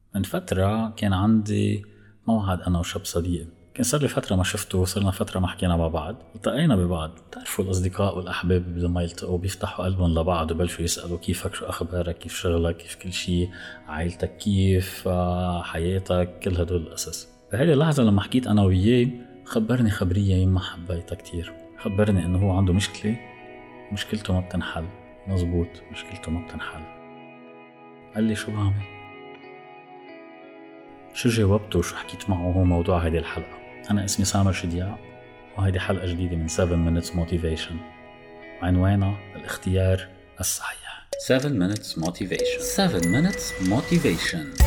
من فترة كان عندي موعد أنا وشاب صديق، كان صار لي فترة ما شفته وصرنا فترة ما حكينا مع بعض. التقينا ببعض، تعرفوا الأصدقاء والأحباب لما يلتقوا بيفتحوا قلبهم لبعض وبلشوا يسألوا كيفك، شو أخبارك، كيف شغلك، كيف كل شيء، عائلتك كيف، حياتك، كل هدول الأساس. بهذه اللحظة لما حكيت أنا وياه خبرني خبرية يما حبيتها كتير. خبرني إنه هو عنده مشكلته ما بتنحل. مزبوط، مشكلته ما بتنحل. قال لي شو بعمل؟ شو جاوبته وشو حكيت معه هو موضوع هذه الحلقة. أنا اسمي سامر شديع وهذه حلقة جديدة من 7 Minutes Motivation، عنوانها الاختيار الصحيح. 7 Minutes Motivation. 7 Minutes Motivation.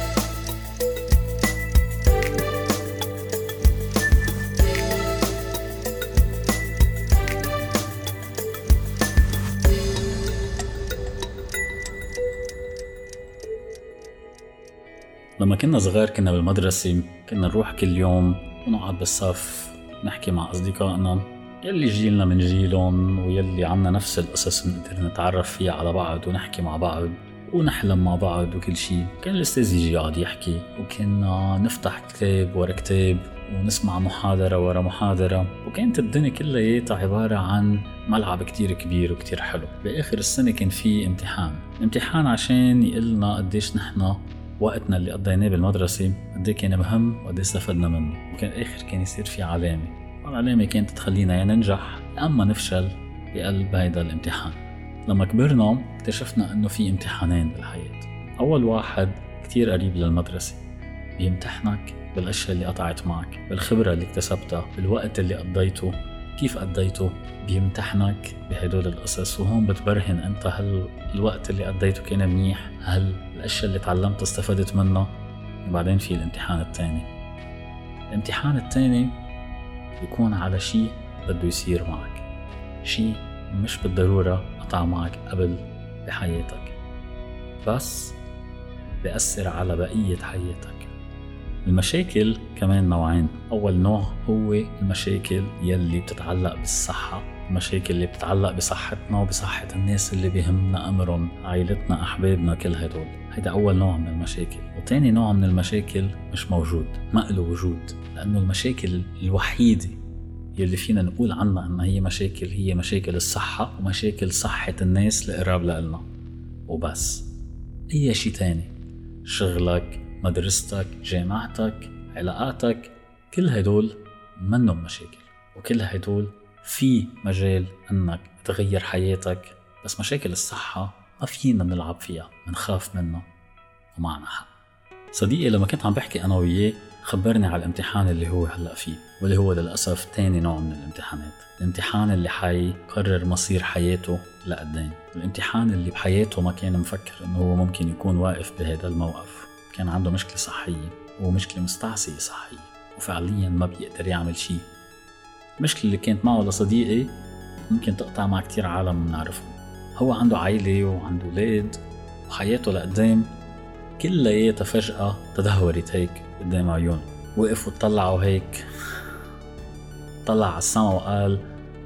لما كنا صغار كنا بالمدرسة، كنا نروح كل يوم ونقعد بالصف نحكي مع أصدقائنا يلي جيلنا من جيلهم ويلي عنا نفس القصص نقدر نتعرف فيها على بعض ونحكي مع بعض ونحلم مع بعض وكل شيء. كان الأستاذ يجي يقعد يحكي وكنا نفتح كتاب ورا كتاب ونسمع محاضرة ورا محاضرة، وكانت الدنيا كلها عبارة عن ملعب كتير كبير وكتير حلو. بآخر السنة كان في امتحان عشان يقلنا قديش نحنا وقتنا اللي قضيناه بالمدرسة قد كان مهم وقد استفدنا منه. وكان آخر كان يصير في علامة، والعلامة كانت تخلينا يا ننجح أما نفشل بقلب هيدا الامتحان. لما كبرنا اكتشفنا أنه في امتحانين بالحياة. أول واحد كتير قريب للمدرسة، بيمتحنك بالأشياء اللي قطعت معك، بالخبرة اللي اكتسبتها، بالوقت اللي قضيته، كيف قضيته. بيمتحنك بهدول القصص، وهون بتبرهن أنت هل الوقت اللي قضيته كان منيح، هل الأشياء اللي تعلمت استفدت منها. وبعدين في الامتحان الثاني بيكون على شيء بده يصير معك، شيء مش بالضرورة قطع معك قبل بحياتك بس بيأثر على بقية حياتك. المشاكل كمان نوعين. أول نوع هو المشاكل يلي بتتعلق بالصحة، المشاكل اللي بتتعلق بصحتنا وبصحة الناس اللي بيهمنا أمرهم، عائلتنا، أحبابنا، كل هدول. هيدا أول نوع من المشاكل. وتاني نوع من المشاكل مش موجود، ما له وجود، لأنه المشاكل الوحيدة يلي فينا نقول عنها أنها هي مشاكل الصحة ومشاكل صحة الناس القراب لنا وبس. أي شيء تاني، شغلك، مدرستك، جامعتك، علاقاتك، كل هدول منهم مشاكل، وكل هدول في مجال أنك تغير حياتك. بس مشاكل الصحة ما فينا نلعب فيها، منخاف منها ومعنا حق. صديقي لما كنت عم بحكي أنا وياه خبرني على الامتحان اللي هو هلأ فيه، واللي هو للأسف تاني نوع من الامتحانات. الامتحان اللي حيقرر مصير حياته لقدام، الامتحان اللي بحياته ما كان مفكر أنه هو ممكن يكون واقف بهذا الموقف. كان عنده مشكلة صحية ومشكلة مستعصية صحية، وفعليا ما بيقدر يعمل شيء. المشكلة اللي كانت معه لصديقي ممكن تقطع مع كتير عالم نعرفهم. هو عنده عائلة وعنده أولاد وحياته لقدام كلها فجأة تدهورت هيك قدام عيونه. وقف وطلع وهيك طلع على السما وقال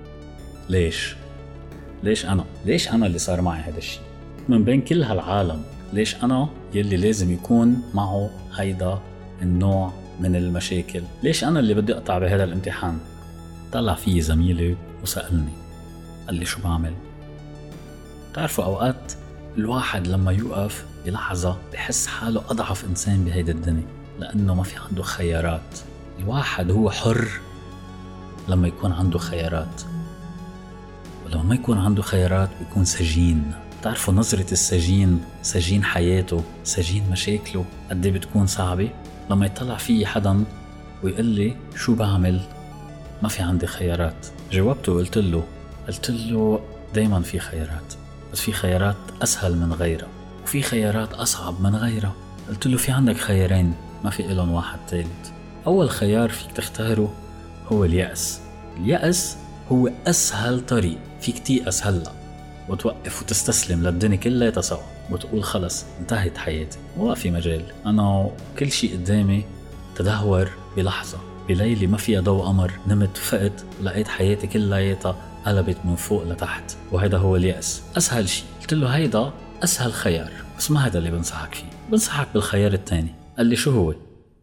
ليش أنا اللي صار معي هذا الشيء من بين كل هالعالم؟ ليش أنا يلي لازم يكون معه هيدا النوع من المشاكل؟ ليش أنا اللي بدي أقطع بهذا الامتحان؟ طلع فيه زميلي وسألني، قال لي شو بعمل؟ تعرفوا أوقات الواحد لما يوقف بلحظة بحس حاله أضعف إنسان بهيدا الدنيا، لأنه ما في عنده خيارات. الواحد هو حر لما يكون عنده خيارات، ولما ما يكون عنده خيارات بيكون سجين. تعرفوا نظرة السجين، سجين حياته، سجين مشاكله، قد ايه بتكون صعبة. لما يطلع فيه حدا ويقول لي شو بعمل؟ ما في عندي خيارات. جاوبته وقلت له دايما في خيارات، بس في خيارات أسهل من غيرها وفي خيارات أصعب من غيرها. قلت له في عندك خيارين، ما في إلهم واحد ثالث. أول خيار فيك تختاره هو اليأس. اليأس هو أسهل طريق فيك تيأس هلأ وتوقف وتستسلم للدنيا كلها تسوى وتقول خلص انتهت حياتي وما في مجال، أنا كل شيء قدامي تدهور بلحظة، بليلة ما فيها ضوء قمر، نمت فقت ولقيت حياتي كلها قلبت من فوق لتحت. وهذا هو اليأس، أسهل شيء. قلت له هيدا أسهل خيار، بس ما هذا اللي بنصحك فيه. بنصحك بالخيار الثاني. قال لي شو هو؟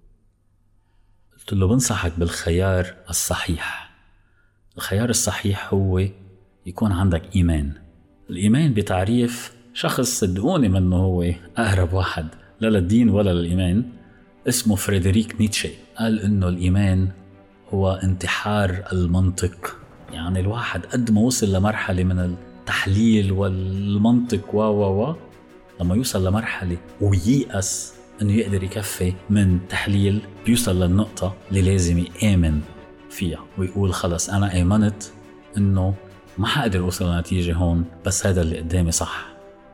قلت له بنصحك بالخيار الصحيح. الخيار الصحيح هو يكون عندك إيمان. الإيمان بتعريف شخص صدقوني منه هو أقرب واحد لا للدين ولا للإيمان، اسمه فريدريك نيتشه. قال إنه الإيمان هو انتحار المنطق. يعني الواحد قد ما وصل لمرحلة من التحليل والمنطق لما يوصل لمرحلة وييأس إنه يقدر يكفي من تحليل، بيوصل للنقطة اللي لازم يآمن فيها ويقول خلص أنا آمنت إنه ما حقدر أوصل لنتيجة هون، بس هذا اللي قدامي صح،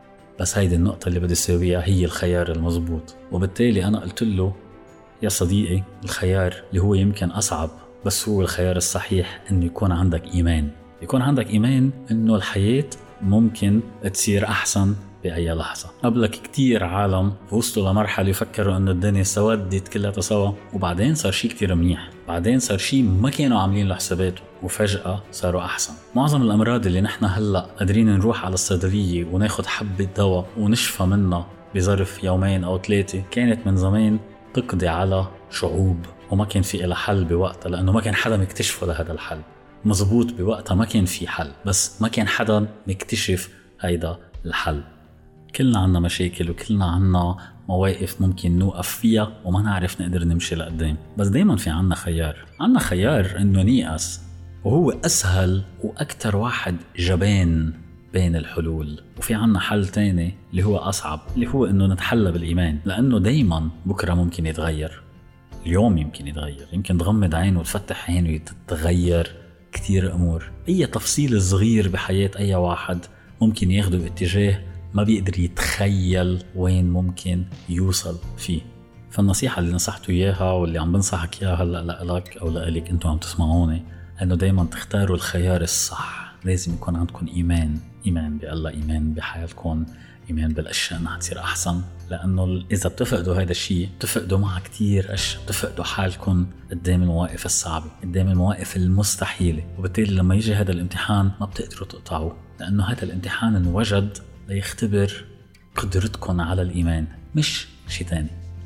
بس هيدي النقطة اللي بدي أسويها هي الخيار المضبوط. وبالتالي أنا قلت له يا صديقي، الخيار اللي هو يمكن أصعب بس هو الخيار الصحيح، إنه يكون عندك إيمان. يكون عندك إيمان إنه الحياة ممكن تصير أحسن بأي لحظة. قبلك كتير عالم وصلوا لمرحلة يفكروا إنه الدنيا سودت كلها سوا، وبعدين صار شي كتير منيح، بعدين صار شي ما كانوا عاملين له حساباته وفجأة صاروا أحسن. معظم الأمراض اللي نحن هلأ قادرين نروح على الصيدلية وناخد حبة دواء ونشفى منها بظرف يومين أو 3، كانت من زمان تقضي على شعوب وما كان في إلها حل بوقتها، لأنه ما كان حدا مكتشفه لهذا الحل مزبوط بوقتها. ما كان في حل، بس ما كان حدا مكتشف هيدا الحل. كلنا عنا مشاكل وكلنا عنا مواقف ممكن نوقف فيها وما نعرف نقدر نمشي لقدام، بس دايما في عنا خيار. عنا خيار إنه نيأس، وهو أسهل وأكتر واحد جبان بين الحلول. وفي عنا حل تاني اللي هو أصعب، اللي هو إنه نتحلى بالإيمان، لأنه دايما بكرة ممكن يتغير، اليوم يمكن يتغير، يمكن تغمض عين وتفتح عين ويتغير كتير أمور. أي تفصيل صغير بحياة أي واحد ممكن ياخده باتجاه ما بيقدر يتخيل وين ممكن يوصل فيه. فالنصيحة اللي نصحته إياها واللي عم بنصحك إياها هلأ لك أو لألك أنتوا عم تسمعوني، أنه دايما تختاروا الخيار الصح. لازم يكون عندكم إيمان بالله، إيمان بحياتكم، إيمان بالأشياء أنها تصير أحسن. لأنه إذا بتفقدوا هذا الشيء بتفقدوا مع كتير أشياء، بتفقدوا حالكم قدام المواقف الصعبة، قدام المواقف المستحيلة. وبالتالي لما يجي هذا الامتحان ما بتقدروا تقطعوه، لأنه هذا الامتحان انوجد ليختبر قدرتكم على الإيمان مش شيء تاني.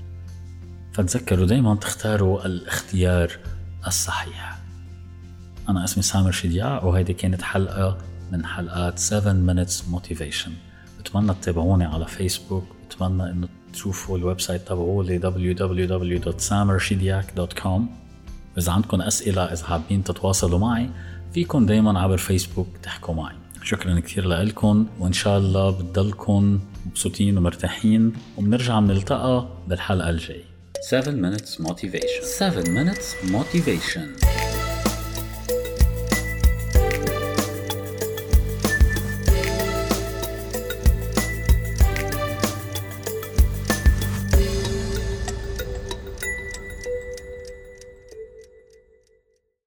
فتذكروا دايما تختاروا الاختيار الصحيح. أنا اسمي سامر شدياع، وهذه كانت حلقة من حلقات 7 Minutes Motivation. بتمنى تتابعوني على فيسبوك، بتمنى إنه تشوفوا الويب سايت تبعولي www.samershidyak.com. إذا عندكم أسئلة، إذا حابين تتواصلوا معي، فيكم دايما عبر فيسبوك تحكوا معي. شكرا كثير لكم، وإن شاء الله بتضلكم مبسوطين ومرتاحين، وبنرجع نلتقى بالحلقة الجاي. 7 Minutes Motivation. 7 Minutes Motivation.